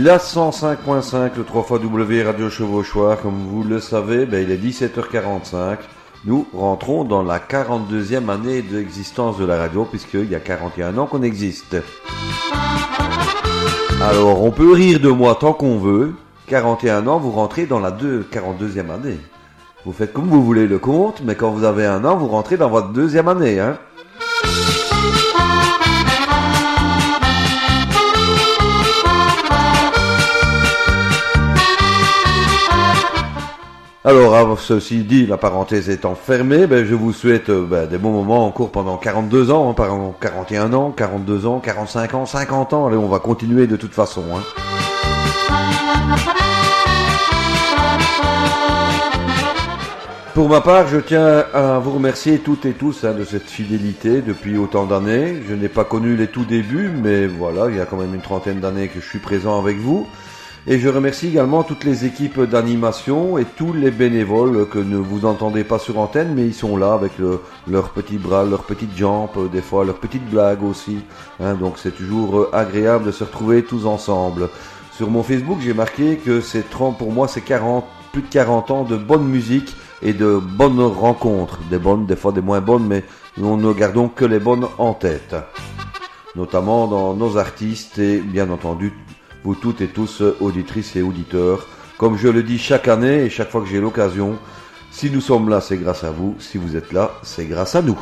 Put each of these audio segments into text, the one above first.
la 105.5, le 3xW Radio Chevauchoir, comme vous le savez, il est 17h45. Nous rentrons dans la 42e année d'existence de la radio, puisqu'il y a 41 ans qu'on existe. Alors, on peut rire de moi tant qu'on veut. 41 ans, vous rentrez dans la 42e année. Vous faites comme vous voulez le compte, mais quand vous avez un an, vous rentrez dans votre deuxième année, hein. Alors, ceci dit, la parenthèse étant fermée, je vous souhaite des bons moments en cours pendant 42 ans, pendant 41 ans, 42 ans, 45 ans, 50 ans. Allez, on va continuer de toute façon, hein. Pour ma part, je tiens à vous remercier toutes et tous de cette fidélité depuis autant d'années. Je n'ai pas connu les tout débuts, mais voilà, il y a quand même une trentaine d'années que je suis présent avec vous. Et je remercie également toutes les équipes d'animation et tous les bénévoles que ne vous entendez pas sur antenne, mais ils sont là avec leurs petits bras, leurs petites jambes, des fois leurs petites blagues aussi. Hein, donc c'est toujours agréable de se retrouver tous ensemble. Sur mon Facebook, j'ai marqué que pour moi, c'est plus de 40 ans de bonne musique et de bonnes rencontres. Des bonnes, des fois des moins bonnes, mais nous ne gardons que les bonnes en tête. Notamment dans nos artistes et bien entendu vous toutes et tous, auditrices et auditeurs. Comme je le dis chaque année et chaque fois que j'ai l'occasion, si nous sommes là, c'est grâce à vous. Si vous êtes là, c'est grâce à nous.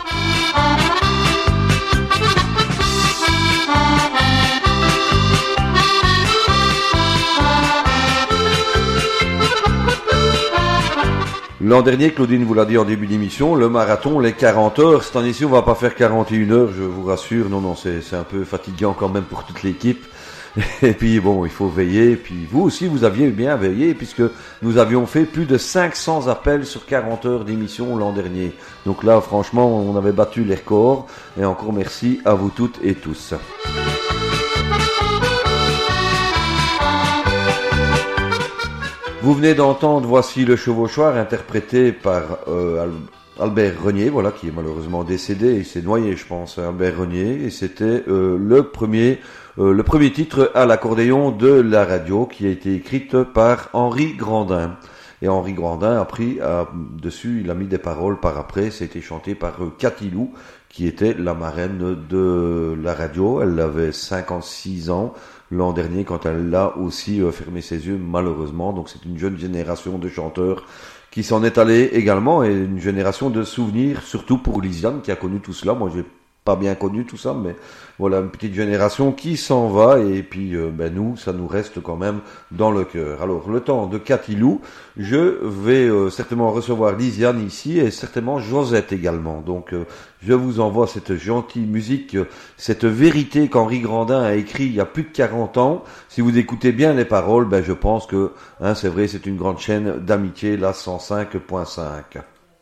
L'an dernier, Claudine vous l'a dit en début d'émission, le marathon, les 40 heures. Cette année-ci, on va pas faire 41 heures, je vous rassure. Non, c'est un peu fatigant quand même pour toute l'équipe. Et puis bon, il faut veiller. Et puis vous aussi, vous aviez bien veillé puisque nous avions fait plus de 500 appels sur 40 heures d'émission l'an dernier. Donc là, franchement, on avait battu les records. Et encore merci à vous toutes et tous. Vous venez d'entendre Voici le Chevauchoir, interprété par Albert Renier, voilà, qui est malheureusement décédé. Il s'est noyé, je pense, Albert Renier. Et c'était le premier titre à l'accordéon de la radio, qui a été écrite par Henri Grandin. Et Henri Grandin a pris dessus, il a mis des paroles par après. C'était chanté par Cathy Lou, qui était la marraine de la radio. Elle avait 56 ans l'an dernier quand elle a aussi fermé ses yeux, malheureusement. Donc c'est une jeune génération de chanteurs qui s'en est allée également, et une génération de souvenirs, surtout pour Lisiane qui a connu tout cela. Moi, j'ai pas bien connu tout ça, mais voilà, une petite génération qui s'en va, et puis nous, ça nous reste quand même dans le cœur. Alors, le temps de Cathy Lou, je vais certainement recevoir Lisiane ici, et certainement Josette également. Donc, je vous envoie cette gentille musique, cette vérité qu'Henri Grandin a écrit il y a plus de 40 ans. Si vous écoutez bien les paroles, je pense que, c'est vrai, c'est une grande chaîne d'amitié, la 105.5.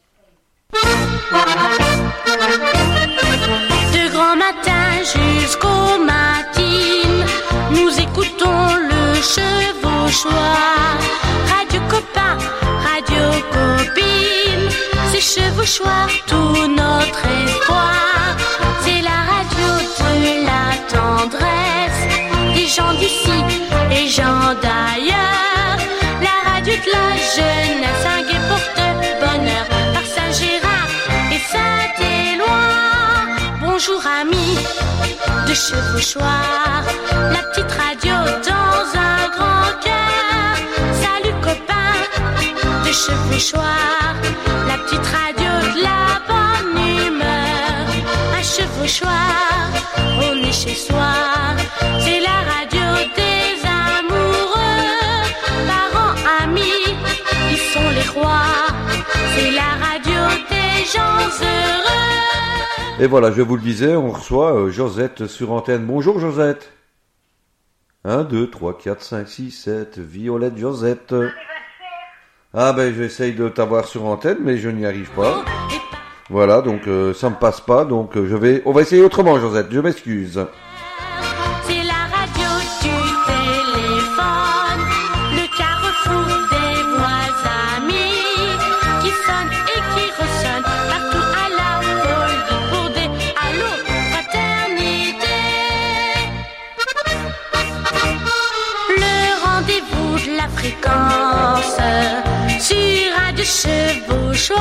De grand matin jusqu'au matin, nous écoutons le Chevauchoir. Radio copain, radio copine, c'est Chevauchoir tout notre espoir. C'est la radio de la tendresse, des gens d'ici et gens d'ailleurs. La radio de la jeunesse, un gai porte-bonheur par Saint-Gérard et Saint-Éloi. Bonjour amis de Chevauchoir, la petite radio dans un grand cœur. Salut copains de Chevauchoir, la petite radio de la bonne humeur. Un Chevauchoir, on est chez soi, c'est la radio des amoureux. Parents, amis, ils sont les rois, c'est la radio des gens heureux. Et voilà, je vous le disais, on reçoit Josette sur antenne. Bonjour Josette. 1, 2, 3, 4, 5, 6, 7, Violette Josette. J'essaye de t'avoir sur antenne, mais je n'y arrive pas. Voilà, donc ça me passe pas, donc on va essayer autrement Josette, je m'excuse. C'est la radio du téléphone, le carrefour des voix amis, qui sonne et qui ressonne partout à la folie pour des allo fraternité. Le fréquence. Sur Radio Chevauchoir,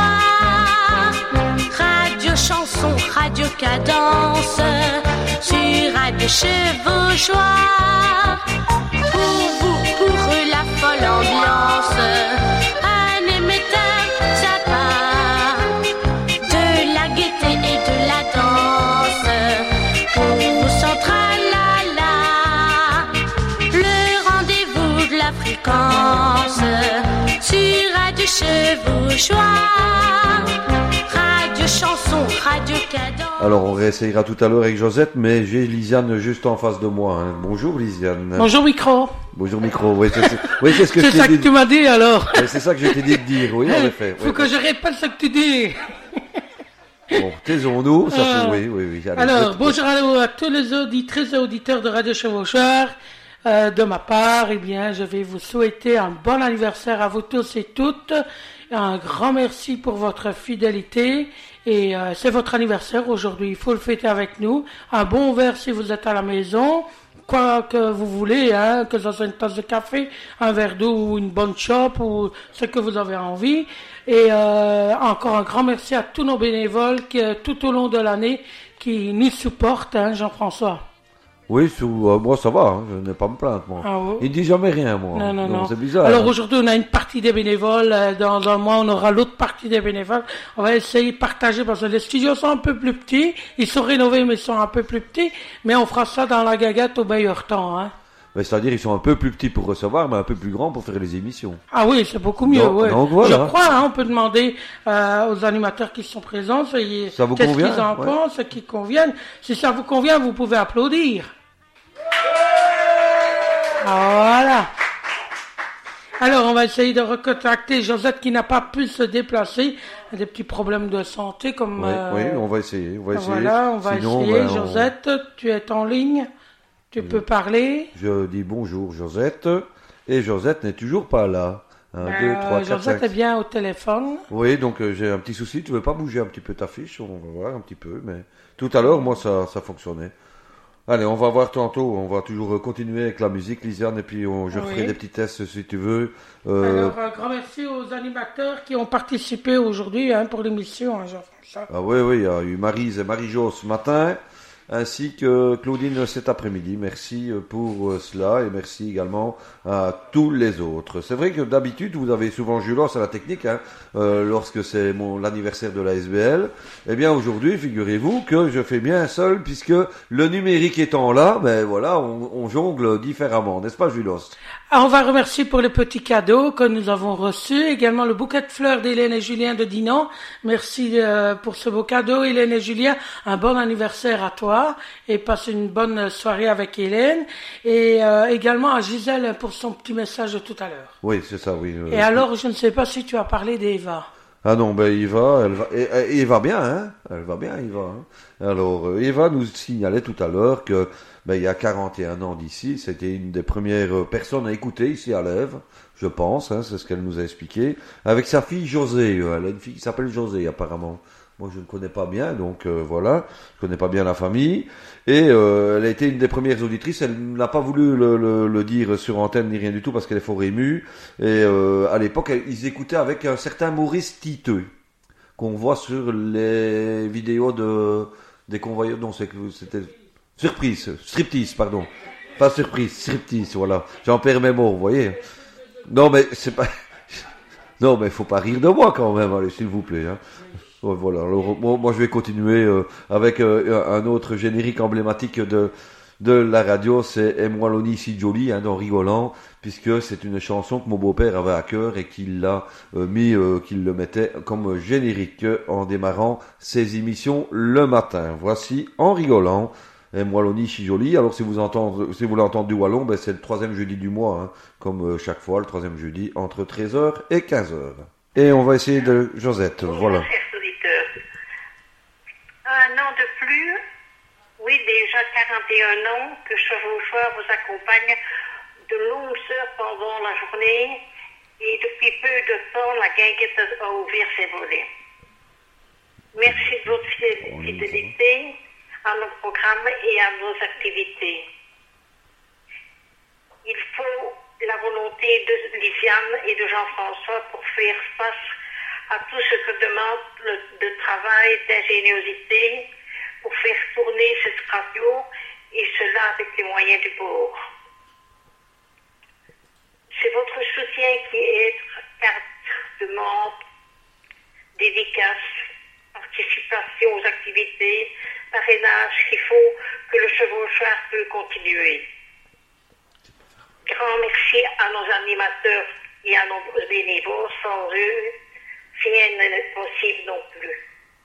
Radio Chanson, Radio Cadence. Sur Radio Chevauchoir, pour vous, pour la folle ambiance. Un émetteur, ça part de la gaieté et de la danse. Pour vous, Centralala, le rendez-vous de la fréquence. Sur Radio Chevauchoir, Radio Chanson, Radio Cadence. Alors, on réessayera tout à l'heure avec Josette, mais j'ai Lisiane juste en face de moi. Hein. Bonjour, Lisiane. Bonjour, micro. Bonjour, micro. Oui, c'est ce que C'est je ça t'ai que dit. tu m'as dit, alors. Ouais, c'est ça que je t'ai dit de dire, oui, en effet. Faut Oui. que je répète ce que tu dis. Bon, taisons-nous, ça fait, oui. Allez, Alors, bonjour à tous les auditrices et auditeurs de Radio Chevauchoir. De ma part, eh bien, je vais vous souhaiter un bon anniversaire à vous tous et toutes. Un grand merci pour votre fidélité. Et c'est votre anniversaire aujourd'hui. Il faut le fêter avec nous. Un bon verre si vous êtes à la maison. Quoi que vous voulez, hein, que ce soit une tasse de café, un verre d'eau ou une bonne chope ou ce que vous avez envie. Et encore un grand merci à tous nos bénévoles qui, tout au long de l'année qui nous supportent, hein, Jean-François. Oui, moi ça va, hein, je n'ai pas à me plaindre, moi. Ah ouais. Il dit jamais rien, moi. Non. C'est bizarre. Alors hein. aujourd'hui, on a une partie des bénévoles. Dans un mois, on aura l'autre partie des bénévoles. On va essayer de partager parce que les studios sont un peu plus petits. Ils sont rénovés, mais ils sont un peu plus petits. Mais on fera ça dans la gagate au meilleur temps. Hein. Mais c'est-à-dire ils sont un peu plus petits pour recevoir, mais un peu plus grands pour faire les émissions. Ah oui, c'est beaucoup mieux. Donc- ouais. donc voilà. Je crois, hein, on peut demander aux animateurs qui sont présents Ça vous qu'est-ce convient qu'ils en Ouais. pensent, ce qui conviennent. Si ça vous convient, vous pouvez applaudir. Voilà. Alors, on va essayer de recontacter Josette qui n'a pas pu se déplacer. Elle a des petits problèmes de santé comme... Oui, on va essayer. Voilà, on va Sinon, essayer. ben, Josette, tu es en ligne. Tu peux parler. Je dis bonjour, Josette. Et Josette n'est toujours pas là. 1, 2, 3, 4, Josette 5. est bien au téléphone. Oui, donc j'ai un petit souci. Tu veux pas bouger un petit peu ta fiche? On va voir un petit peu. Mais tout à l'heure, moi, ça fonctionnait. Allez, on va voir tantôt. On va toujours continuer avec la musique, Lisiane, et puis je referai Oui. des petits tests si tu veux. Alors, un grand merci aux animateurs qui ont participé aujourd'hui hein, pour l'émission, hein, Jean-François. Ah oui, il y a eu Maryse et Marie-Jo ce matin, ainsi que Claudine cet après-midi. Merci pour cela et merci également à tous les autres. C'est vrai que d'habitude, vous avez souvent Julos à la technique, hein, lorsque c'est l'anniversaire de la SBL. Eh bien, aujourd'hui, figurez-vous que je fais bien seul, puisque le numérique étant là, ben voilà, on jongle différemment, n'est-ce pas, Julos? On va remercier pour les petits cadeaux que nous avons reçus. Également le bouquet de fleurs d'Hélène et Julien de Dinan. Merci pour ce beau cadeau, Hélène et Julien. Un bon anniversaire à toi et passe une bonne soirée avec Hélène. Et également à Gisèle pour son petit message de tout à l'heure. Oui, c'est ça, oui. Et alors, je ne sais pas si tu as parlé d'Eva. Ah non, ben Eva, et elle va bien, hein. Elle va bien, Eva. Hein. Alors, Eva nous signalait tout à l'heure que, ben, il y a 41 ans d'ici, c'était une des premières personnes à écouter ici à l'Ève, je pense, hein, c'est ce qu'elle nous a expliqué, avec sa fille José. Elle a une fille qui s'appelle José, apparemment. Moi, je ne connais pas bien, donc voilà, je connais pas bien la famille. Et elle a été une des premières auditrices. Elle n'a pas voulu le dire sur antenne ni rien du tout parce qu'elle est fort émue. Et à l'époque, ils écoutaient avec un certain Maurice Titeux qu'on voit sur les vidéos des convoyeurs. Non, c'était striptease, pardon. Pas surprise, striptease, voilà. J'en perds mes mots, vous voyez. Non, mais c'est pas. Non, mais faut pas rire de moi quand même, allez, s'il vous plaît. Hein. Ouais, voilà. Alors, moi, je vais continuer avec un autre générique emblématique de la radio, c'est Emwaloni si joli, hein, dans Rigolant, puisque c'est une chanson que mon beau-père avait à cœur et qu'il l'a qu'il le mettait comme générique en démarrant ses émissions le matin. Voici en rigolant. Emwaloni si joli. Alors si vous l'entendez du wallon, ben c'est le 3e jeudi du mois, hein, comme chaque fois, le 3e jeudi entre 13h et 15h. Et on va essayer de Josette, voilà. Chers auditeurs, un an de plus, oui, déjà 41 ans que Chevauchoir vous accompagne de longues heures pendant la journée et depuis peu de temps, la guinguette a ouvert ses volets. Merci de votre fidélité à nos programmes et à nos activités. Il faut la volonté de Lisiane et de Jean-François pour faire face à tout ce que demande de travail, d'ingéniosité, pour faire tourner cette radio, et cela avec les moyens du bord. C'est votre soutien qui est carte de membre, dédicace, participation aux activités, parrainage qui font que le chevaucheur peut continuer. Grand merci à nos animateurs et à nos bénévoles. Sans eux, rien n'est possible non plus.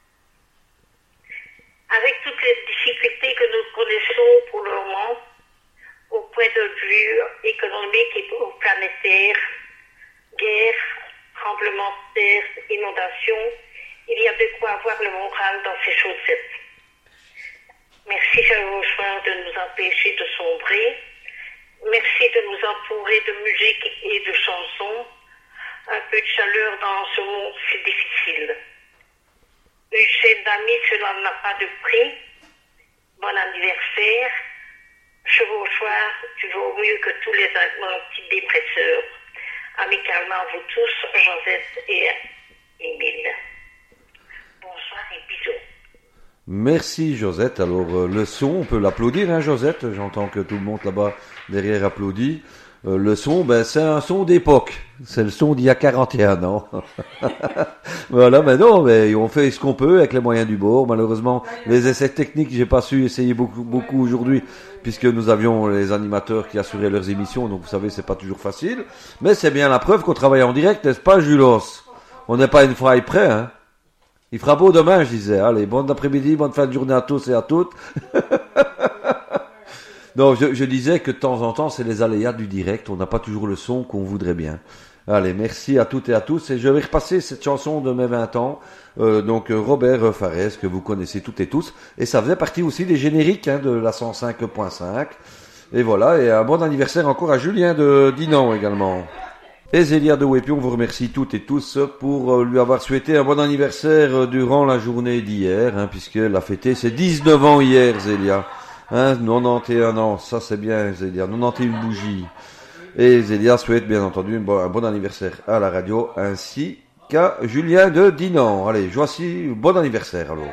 Avec toutes les difficultés que nous connaissons pour le moment, au point de vue économique et planétaire, guerre, tremblement de terre, inondation, il y a de quoi avoir le moral dans ces chaussettes. Merci, chevaucheurs, de nous empêcher de sombrer. Merci de nous entourer de musique et de chansons. Un peu de chaleur dans ce monde si difficile. Une chaîne d'amis, cela n'a pas de prix. Bon anniversaire. Chevauchoir, tu vaux mieux que tous les antidépresseurs. Amicalement, vous tous, Josette et Émile. Bonsoir et bisous. Merci Josette. Alors le son, on peut l'applaudir, hein, Josette. J'entends que tout le monde là-bas derrière applaudit. Le son, ben c'est un son d'époque. C'est le son d'il y a 41 ans. Voilà, mais non, mais on fait ce qu'on peut avec les moyens du bord. Malheureusement, les essais techniques, j'ai pas su essayer beaucoup aujourd'hui, puisque nous avions les animateurs qui assuraient leurs émissions. Donc vous savez, c'est pas toujours facile. Mais c'est bien la preuve qu'on travaille en direct, n'est-ce pas, Julos? On n'est pas une fois près, hein. Il fera beau demain, je disais. Allez, bon après-midi, bonne fin de journée à tous et à toutes. Non, je disais que de temps en temps, c'est les aléas du direct. On n'a pas toujours le son qu'on voudrait bien. Allez, merci à toutes et à tous. Et je vais repasser cette chanson de mes 20 ans. Donc, Robert Fares, que vous connaissez toutes et tous. Et ça faisait partie aussi des génériques, hein, de la 105.5. Et voilà. Et un bon anniversaire encore à Julien de Dinan également. Et Zélia de Wépion vous remercie toutes et tous pour lui avoir souhaité un bon anniversaire durant la journée d'hier, hein, puisqu'elle a fêté ses 19 ans hier, Zélia. Hein, 91 ans, ça c'est bien, Zélia. 91 bougies. Et Zélia souhaite bien entendu un bon anniversaire à la radio, ainsi qu'à Julien de Dinan. Allez, voici bon anniversaire alors.